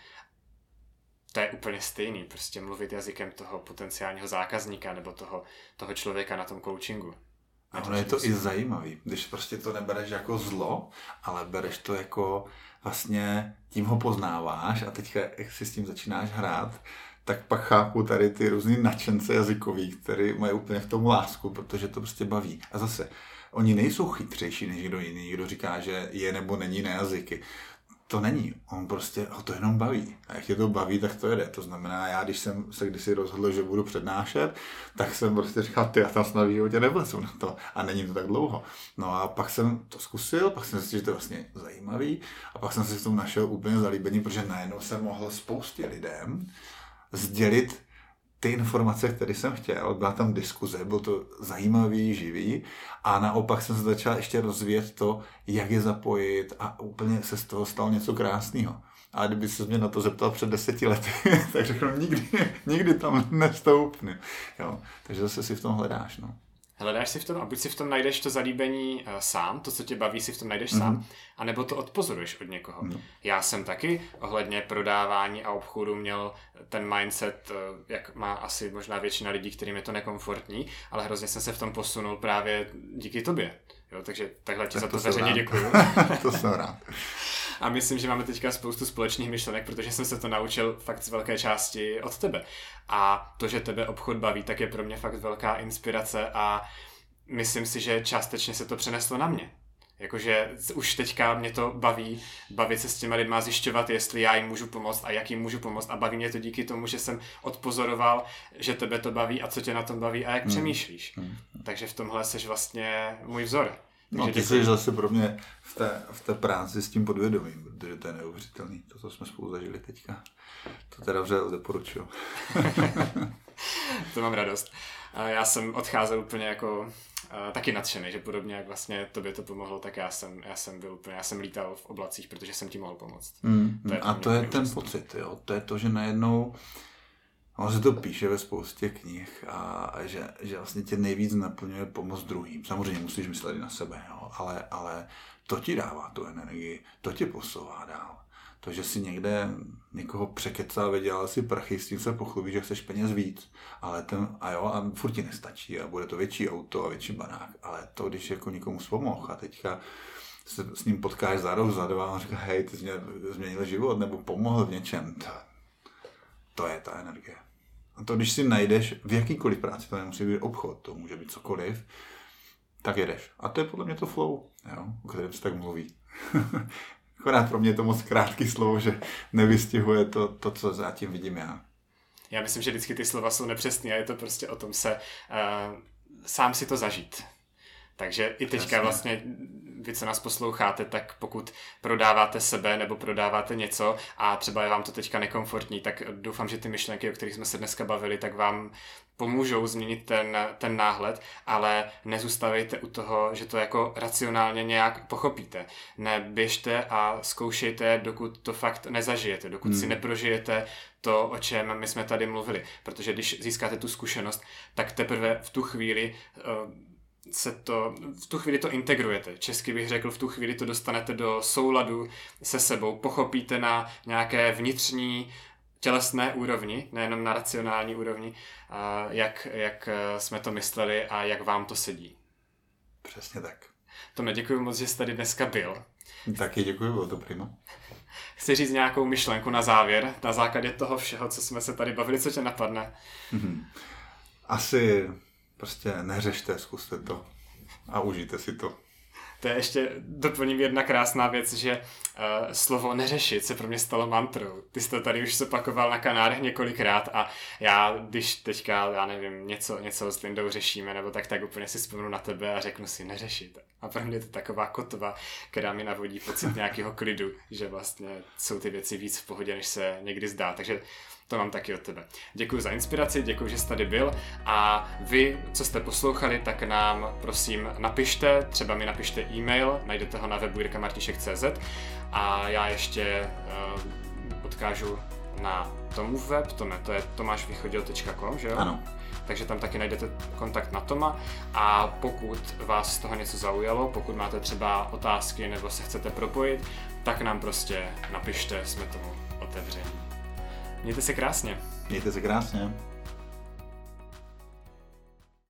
To je úplně stejný, prostě mluvit jazykem toho potenciálního zákazníka nebo toho člověka na tom coachingu. A ono je to i zajímavý, když prostě to nebereš jako zlo, ale bereš to jako vlastně tím ho poznáváš a teďka, jak si s tím začínáš hrát, tak pak chápu tady ty různý nadšence jazykový, který mají úplně v tom lásku, protože to prostě baví. A zase, oni nejsou chytřejší než kdo jiný, kdo říká, že je nebo není na jazyky. To není, on prostě ho to jenom baví. A jak tě to baví, tak to jede. To znamená, já když jsem se kdysi rozhodl, že budu přednášet, tak jsem prostě říkal, já tam snad v životě nevlezu na to. A není to tak dlouho. No a pak jsem to zkusil, pak jsem zjistil, že to je vlastně zajímavý. A pak jsem si v tom našel úplně zalíbení, protože najednou jsem mohl spoustě lidem sdělit ty informace, které jsem chtěl, byla tam diskuze, bylo to zajímavý, živý a naopak jsem se začal ještě rozvíjet to, jak je zapojit a úplně se z toho stalo něco krásného. A kdyby se mě na to zeptal před 10 lety, tak řeknu, nikdy tam nestoupnu. Jo? Takže zase si v tom hledáš. No. Hledáš si v tom a buď si v tom najdeš to zalíbení sám, to, co tě baví, si v tom najdeš sám, anebo to odpozoruješ od někoho. Já jsem taky ohledně prodávání a obchodu měl ten mindset, jak má asi možná většina lidí, kterým je to nekomfortní, ale hrozně jsem se v tom posunul právě díky tobě. Jo, takže takhle ti za to veřejně děkuju. To jsem rád. A myslím, že máme teďka spoustu společných myšlenek, protože jsem se to naučil fakt z velké části od tebe. A to, že tebe obchod baví, tak je pro mě fakt velká inspirace a myslím si, že částečně se to přeneslo na mě. Jakože už teďka mě to baví bavit se s těma lidma, zjišťovat, jestli já jim můžu pomoct a jak jim můžu pomoct a baví mě to díky tomu, že jsem odpozoroval, že tebe to baví a co tě na tom baví a jak přemýšlíš. Takže v tomhle seš vlastně můj vzor. No ty jsi zase pro mě v té práci s tím podvědomím, protože to je neuvěřitelný. To, co jsme spolu zažili teďka. To teda vřele doporučuju. To mám radost. Já jsem odcházel úplně jako taky nadšený, že podobně jak vlastně tobě to pomohlo, tak já jsem lítal v oblacích, protože jsem ti mohl pomoct. To je ten pocit, jo. To je to, že najednou on se to píše ve spoustě knih a že vlastně tě nejvíc naplňuje pomoc druhým. Samozřejmě musíš myslet i na sebe, jo, ale to ti dává tu energii, to tě posouvá dál. To, že si někde někoho překecal, vydělal si prachy, s tím se pochlubí, že chceš peněz víc, ale a furt ti nestačí a bude to větší auto a větší barák, ale to, když jako někomu pomohl a teďka se s ním potkáš za rok, za dva a on říká, hej, ty jsi mě změnil život nebo pomohl v něčem, to je ta energie. A to, když si najdeš v jakýkoliv práci, to nemusí být obchod, to může být cokoliv, tak jedeš. A to je podle mě to flow, jo, o kterém se tak mluví. Akorát pro mě je to moc krátký slovo, že nevystihuje to, co zatím vidím já. Já myslím, že vždycky ty slova jsou nepřesný a je to prostě o tom se sám si to zažít. Takže i teďka vlastně vy, co nás posloucháte, tak pokud prodáváte sebe nebo prodáváte něco a třeba je vám to teďka nekomfortní, tak doufám, že ty myšlenky, o kterých jsme se dneska bavili, tak vám pomůžou změnit ten náhled, ale nezůstavejte u toho, že to jako racionálně nějak pochopíte. Neběžte a zkoušejte, dokud to fakt nezažijete, dokud si neprožijete to, o čem my jsme tady mluvili. Protože když získáte tu zkušenost, tak teprve v tu chvíli v tu chvíli to integrujete. Česky bych řekl, v tu chvíli to dostanete do souladu se sebou, pochopíte na nějaké vnitřní tělesné úrovni, nejenom na racionální úrovni, jak jsme to mysleli a jak vám to sedí. Přesně tak. Tome, děkuji moc, že jsi tady dneska byl. Taky děkuji, bylo to prima. Chci říct nějakou myšlenku na závěr, na základě toho všeho, co jsme se tady bavili, co tě napadne? Asi prostě neřešte, zkuste to a užijte si to. To je ještě, doplním jedna krásná věc, že slovo neřešit se pro mě stalo mantrou. Ty jsi to tady už zopakoval na kanálech několikrát a já, když teďka, já nevím, něco s Lindou řešíme, nebo tak úplně si vzpomenu na tebe a řeknu si neřešit. A pro mě je to taková kotva, která mi navodí pocit nějakého klidu, že vlastně jsou ty věci víc v pohodě, než se někdy zdá. Takže to mám taky od tebe. Děkuji za inspiraci, děkuji, že jsi tady byl a vy, co jste poslouchali, tak nám prosím napište, třeba mi napište e-mail, najdete ho na webu jirkamartišek.cz a já ještě odkážu na Tomův web, to je tomášvychodil.com, že jo? Ano. Takže tam taky najdete kontakt na Toma a pokud vás z toho něco zaujalo, pokud máte třeba otázky nebo se chcete propojit, tak nám prostě napište, jsme tomu otevření. Mějte se krásně. Mějte se krásně.